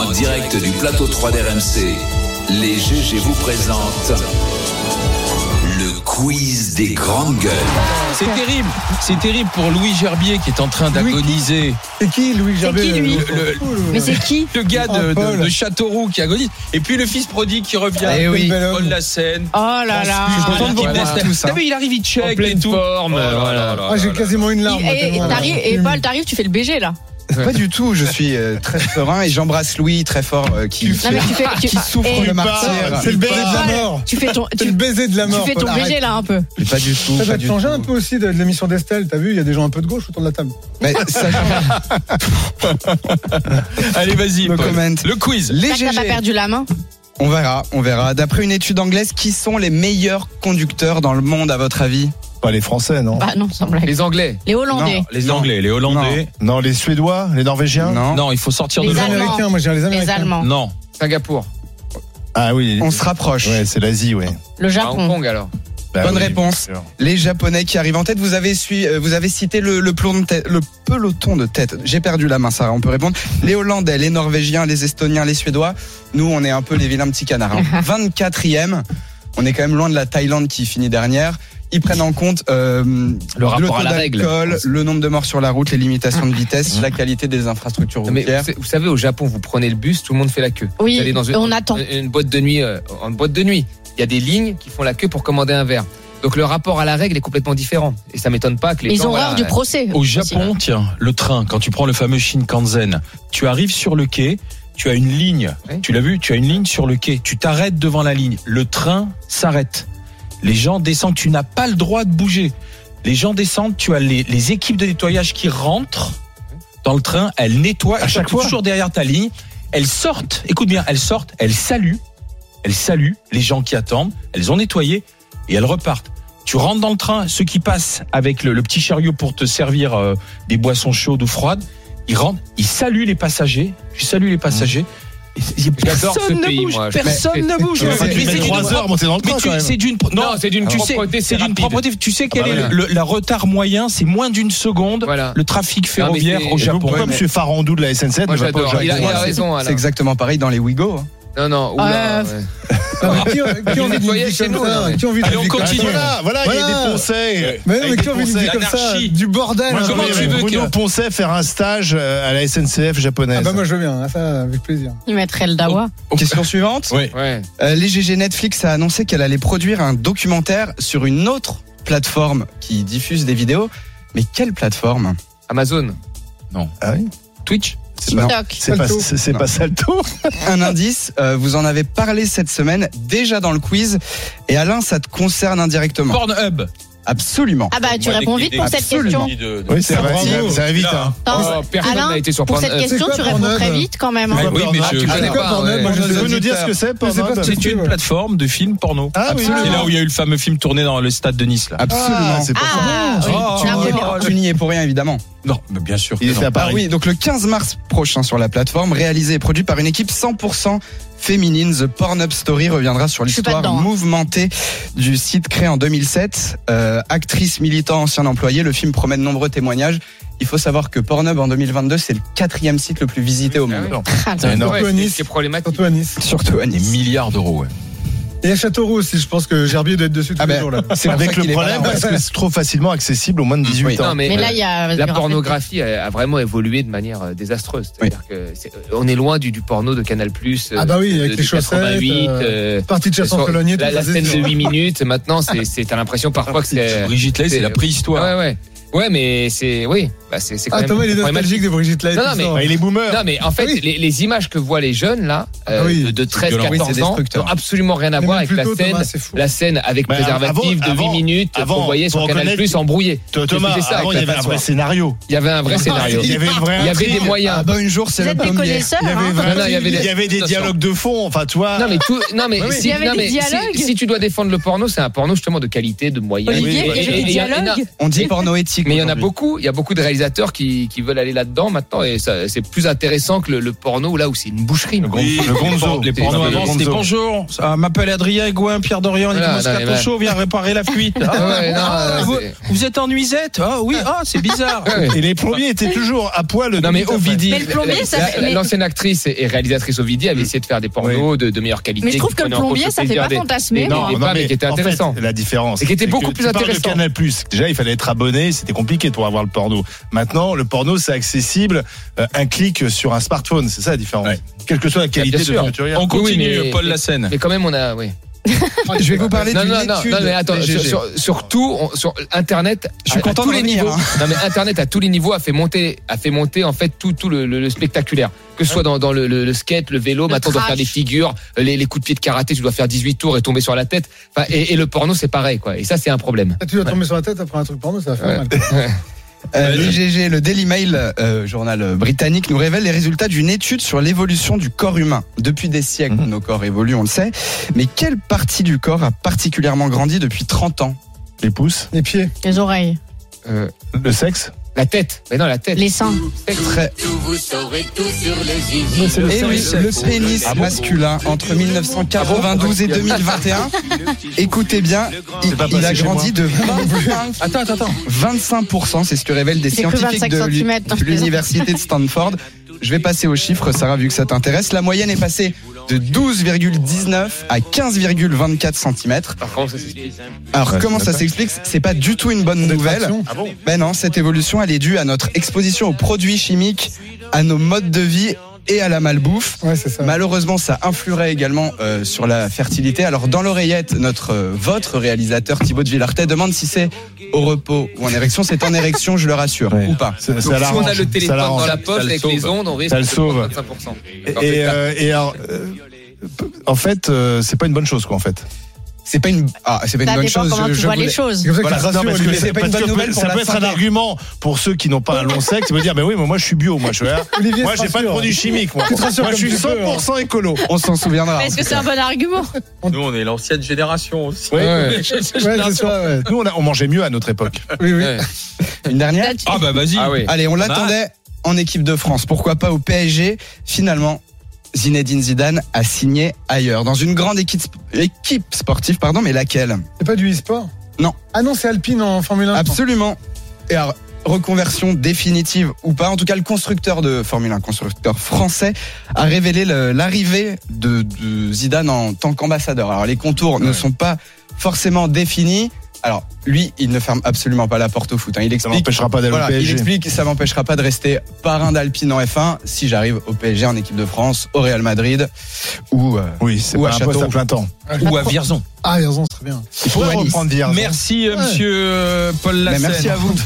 En direct du plateau 3 d'RMC, les GG vous présentent le quiz des grandes gueules. C'est terrible pour Louis Gerbier qui est en train d'agoniser. C'est qui Louis Gerbier? C'est qui lui? Mais c'est qui? Le gars de Châteauroux qui agonise. Et puis le fils prodigue qui revient. Eh oui. Paul Lassène. Oh là là. Je suis content de vous L'équipe revoir d'Estelle. tous, hein. T'as vu, il arrive, il check En pleine et tout. forme, voilà. J'ai quasiment une larme. Et Paul, t'arrives, tu fais le BG là. Pas du tout, je suis très serein et j'embrasse Louis très fort qui Non, mais tu souffre et- le martyr. C'est le baiser de la Paul, mort. Tu fais ton, C'est le baiser de la tu mort. fais ton Paul, BG arrête. là un peu. Mais pas du tout. Ça pas va du changer tout. un peu aussi de l'émission d'Estelle. T'as vu, il y a des gens un peu de gauche autour de la table. Mais ça Allez, vas-y, No Paul. comment. Le quiz. Les T'as pas GG. perdu la main? On verra. D'après une étude anglaise, qui sont les meilleurs conducteurs dans le monde à votre avis? Pas les Français, non. Bah non, sans blague. Les Anglais. Les Hollandais. Les Anglais, les Hollandais. Non, les Suédois, les Norvégiens. Non, il faut sortir Les de Les là. Allemands. Américains, moi j'ai les Les Américains. Allemands. Non. Singapour. Ah oui. On se rapproche. Ouais, c'est l'Asie, ouais. Le À Hong Japon. Kong alors. Bah Bonne oui, réponse. bien sûr. Les Japonais qui arrivent en tête. Vous avez cité le peloton de tête. J'ai perdu la main, Sarah. On peut répondre. Les Hollandais, les Norvégiens, les Estoniens, les Suédois. Nous, on est un peu les vilains petits canards. 24e. On est quand même loin de la Thaïlande qui finit dernière. Ils prennent en compte Le rapport à la règle. d'alcool, le nombre de morts sur la route, les limitations de vitesse, la qualité des infrastructures Non, mais routières. vous savez, au Japon, vous prenez le bus, tout le monde fait la queue. Oui, Vous allez dans on attend. une boîte de nuit, en boîte de nuit. Il y a des lignes qui font la queue pour commander un verre. Donc le rapport à la règle est complètement différent. Et ça m'étonne pas que les Ils gens. ont horreur du procès. Au Japon, tiens, le train, quand tu prends le fameux Shinkansen, tu arrives sur le quai, tu as une ligne. Oui. Tu l'as vu? Tu as une ligne sur le quai. Tu t'arrêtes devant la ligne. Le train s'arrête. Les gens descendent. Tu n'as pas le droit de bouger. Les gens descendent. Tu as les équipes de nettoyage qui rentrent dans le train. Elles nettoient. À chaque fois. Toujours derrière ta ligne. Elles sortent. Écoute bien. Elles sortent. Elles saluent. Elles saluent les gens qui attendent. Elles ont nettoyé et elles repartent. Tu rentres dans le train. Ceux qui passent avec le petit chariot pour te servir des boissons chaudes ou froides, ils rentrent. Ils saluent les passagers. Tu salues les passagers. J'adore ce Personne ne pays, bouge. moi. Personne ne bouge. Ouais, Mais tu c'est mets d'une 3 heures à monter dans le mais train, quand même. c'est d'une Non, c'est d'une tu sais, propreté, c'est d'une rapide. propreté. Tu sais quel bah est le retard moyen? C'est moins d'une seconde. Voilà. Le trafic Non, mais ferroviaire c'est- au Et Japon. pourquoi mais- M. Farandou de la SNCF Moi ne va pas au j'adore. Il Japon? a raison, Alain. C'est exactement pareil dans les Ouigo. hein. Non, oula. Ouais. Ah, mais qui a envie de nettoyez vivre chez comme nous, ça? là. Qui a envie de Allez, vivre on comme ça? continue. Voilà, il y a Voilà. des Poncets. Mais non, mais Avec qui a des envie de vivre Poncets. comme ça? L'anarchie. Du bordel. Moi, hein. Comment tu veux Bruno que- Poncet faire un stage à la SNCF japonaise. Ah bah moi je veux bien, hein, ça avec plaisir. Ils mettraient le dawa. Question suivante. Oui. Ouais. Les GG Netflix a annoncé qu'elle allait produire un documentaire sur une autre plateforme qui diffuse des vidéos. Mais quelle plateforme? Amazon. Ah oui. Twitch. Non. TikTok. C'est pas Salto. Un indice, vous en avez parlé cette semaine déjà dans le quiz. Et Alain, ça te concerne indirectement. Pornhub. Absolument. Ah bah tu réponds vite pour cette Absolument. question. Oui, c'est vrai. Bravo. Ça va vite. Là. Hein. Attends, Oh, personne Alain, n'a été sur pour cette Pornhub. question, C'est tu quoi, réponds Pornhub très vite quand même. Ah hein. oui, mais Tu je- connais C'est quoi pas, Pornhub? ouais. Moi, je Tu sais peux pas. nous dire ce que c'est, Je sais Pornhub pas. C'est une plateforme de films porno. Ah oui. C'est là où il y a eu le fameux film tourné dans le stade de Nice. Là. Absolument. Ah, c'est pour ça. Ah oui, Oh, tu l'as Tu n'y es- voulu. tu n'y es pour rien, évidemment. Non, mais bien sûr. Il que était non. à Paris. Ah oui, donc le 15 mars prochain sur la plateforme, réalisé et produit par une équipe 100% féminine. The Pornhub Story reviendra sur Je suis pas l'histoire dedans, hein. mouvementée du site créé en 2007. Actrice, militant, ancien employé, le film promet de nombreux témoignages. Il faut savoir que Pornhub en 2022, c'est le 4e site le plus visité au monde. Ah, C'est énorme. Ouais, Surtout à Nice. c'est problématique. Surtout à Nice. Surtout à Des Nice. milliards d'euros, ouais. Et à Châteauroux aussi, je pense que Gerbier doit être dessus tous Ah les ben, jours là. c'est pour ça Avec le qu'il est pas problème, là. parce que c'est trop facilement accessible aux moins de 18 Oui. ans. Non, mais, Mais là, il y a. la pornographie a vraiment évolué de manière désastreuse. C'est-à-dire que on est loin du porno de Canal+. Ah bah oui, avec de les chaussettes, 88. Partie de chasse en colonie, La scène de 8 minutes, maintenant, t'as l'impression parfois que c'est. Brigitte Lay, c'est la préhistoire. Ouais, mais c'est quand Ah même Thomas, il est problématique. nostalgique de Brigitte Lay. Non, tout mais- ça. Ah, il est boomer. Non, mais en fait, Ah oui. les images que voient les jeunes, là, oui. de 13, violent. 14 Oui, c'est ans, destructeur. n'ont absolument rien à Mais voir même avec plus tôt, Thomas, c'est fou. la scène avec Mais préservatif de 8 avant- minutes qu'on avant, voyait sur faut Canal+, reconnaître- embrouillé. Thomas, C'était ça, avant, il y avec avait la un vrai passoire. scénario. Il y avait un vrai scénario. Il y avait une vraie Il y avait des intrigue. moyens. Ah bah une jour, c'est Vous le êtes des pommier. connaisseurs, Il y avait hein. vraiment- Non, il y avait des- il y avait des dialogues de fond. Enfin, tu vois. Non mais oui. Il y avait des dialogues. si tu dois défendre le porno, c'est un porno justement de qualité, de moyens. Olivier, il y avait des et- dialogues. On dit porno éthique Mais il y en a aujourd'hui. beaucoup. Il y a beaucoup de réalisateurs qui veulent aller là-dedans maintenant, et ça, c'est plus intéressant que le porno là où c'est une boucherie. Le gonzo. Les pornos C'est- avant, c'était Gonzo. bonjour. Ça m'appelle Adrien Gouin, Pierre Dorian, Voilà, Nicolas non, mais Moscato Show, viens réparer la fuite. Ouais, non, vous, c'est- vous êtes en nuisette? Ah oui, c'est bizarre. Ouais. Et les plombiers étaient toujours à poil. Non mais tout à fait. Ovidie, Mais le plombier, ça fait- mais- l'ancienne actrice et réalisatrice Ovidie avait essayé de faire des pornos de meilleure qualité. Mais je trouve qui que le prenaient en compte plombier, ça fait plaisir pas des- fantasmer. Non, moi. mais qui était en fait, intéressant. la différence. Et qui était c'est beaucoup que plus tu parles intéressant. de Canal+. Déjà, il fallait être abonné, c'était compliqué pour avoir le porno. Maintenant, le porno, c'est accessible, un clic sur un smartphone, c'est ça la différence. Ouais. Quelle que soit la qualité bien de sûr. ce que tu regardes. On continue, Oui, mais- Paul Lassène. Mais quand même, on a, oui. Je vais vous parler Non, d'une non, non, étude. non, mais attends, des GG. surtout, sur Internet, Je suis à content tous de les revenir, niveaux. hein. Non, mais Internet, à tous les niveaux, a fait monter, en fait, tout le spectaculaire. Que ce soit dans le skate, le vélo, maintenant, on doit trash. faire des figures, les coups de pied de karaté, tu dois faire 18 tours et tomber sur la tête. Enfin, et le porno, c'est pareil, quoi. Et ça, c'est un problème. Tu dois tomber sur la tête après un truc porno, ça va faire Ouais. mal. Les GG, le Daily Mail, journal britannique, nous révèle les résultats d'une étude sur l'évolution du corps humain. Depuis des siècles, nos corps évoluent, on le sait. Mais quelle partie du corps a particulièrement grandi depuis 30 ans? Les pouces, Les pieds. Les oreilles, le sexe. La tête. Mais non, la tête. les seins. Très... Mais c'est le Et oui, sexe. le pénis masculin entre 1992 et 2021. Écoutez bien, C'est pas il a passé chez grandi de Attends. 25%, c'est ce que révèlent des J'ai cru scientifiques 25 de centimètres, non, je plaisante. l'université de Stanford. Je vais passer aux chiffres, Sarah, vu que ça t'intéresse. La moyenne est passée de 12,19 à 15,24 cm. Par contre, ça, c'est- Alors, Ouais, comment c'est ça pas- s'explique? C'est pas du tout une bonne nouvelle. Détraction. Ah bon? Ben non, cette évolution, elle est due à notre exposition aux produits chimiques, à nos modes de vie et à la malbouffe. Ouais, c'est ça. Malheureusement, ça influerait également sur la fertilité. Alors, dans l'oreillette, votre réalisateur Thibaut de Villartet demande si c'est au repos ou en érection. C'est en érection, je le rassure, Ouais. ou pas. Ça Donc, si l'arrange, on a le ça téléphone l'arrange. dans la poche Ça le avec sauve. les ondes, on risque Ça le de sauve. prendre 25%. Et alors, en fait, c'est pas une bonne chose, quoi, en fait. C'est pas une Ça bonne dépend chose. comment tu vois les choses. C'est comme ça que Voilà, tu non, rassures, parce que Olivier. c'est pas une parce bonne que nouvelle pour ça la peut être un santé. argument pour ceux qui n'ont pas un long sexe. Ils vont dire, mais oui, mais moi je suis bio, moi je Olivier moi se j'ai pas de rassure. produits chimiques, moi. Tu te rassures Moi je comme suis tu peux, 100% écolo. On s'en souviendra. Est-ce que c'est un bon argument? Nous, on est l'ancienne génération aussi. Oui, Ouais, c'est ça, ouais. Nous on mangeait mieux à notre époque. Oui, oui. Ouais. Une dernière. Ah bah vas-y. Ah oui. Allez, on l'attendait en équipe de France. Pourquoi pas au PSG? Finalement, Zinedine Zidane a signé ailleurs, dans une grande équipe sportive, mais laquelle? C'est pas du e-sport? Non. Ah non, c'est Alpine en Formule 1. Absolument. Et alors, reconversion définitive ou pas, en tout cas, le constructeur de Formule 1, constructeur français, a révélé l'arrivée de Zidane en tant qu'ambassadeur. Alors, les contours ne sont pas forcément définis. Alors, lui, il ne ferme absolument pas la porte au foot. Il Ça explique. m'empêchera pas d'aller Voilà, au il PSG. explique que ça m'empêchera pas de rester parrain d'Alpine en F1 si j'arrive au PSG en équipe de France, au Real Madrid ou Oui, c'est ou à pas un poste Château. à plein temps. Ou à Vierzon. Ah, raison, c'est très bien. Il faudrait Ou à Nice. reprendre Vierzon. Merci, monsieur Paul Mais Lassène. merci à vous.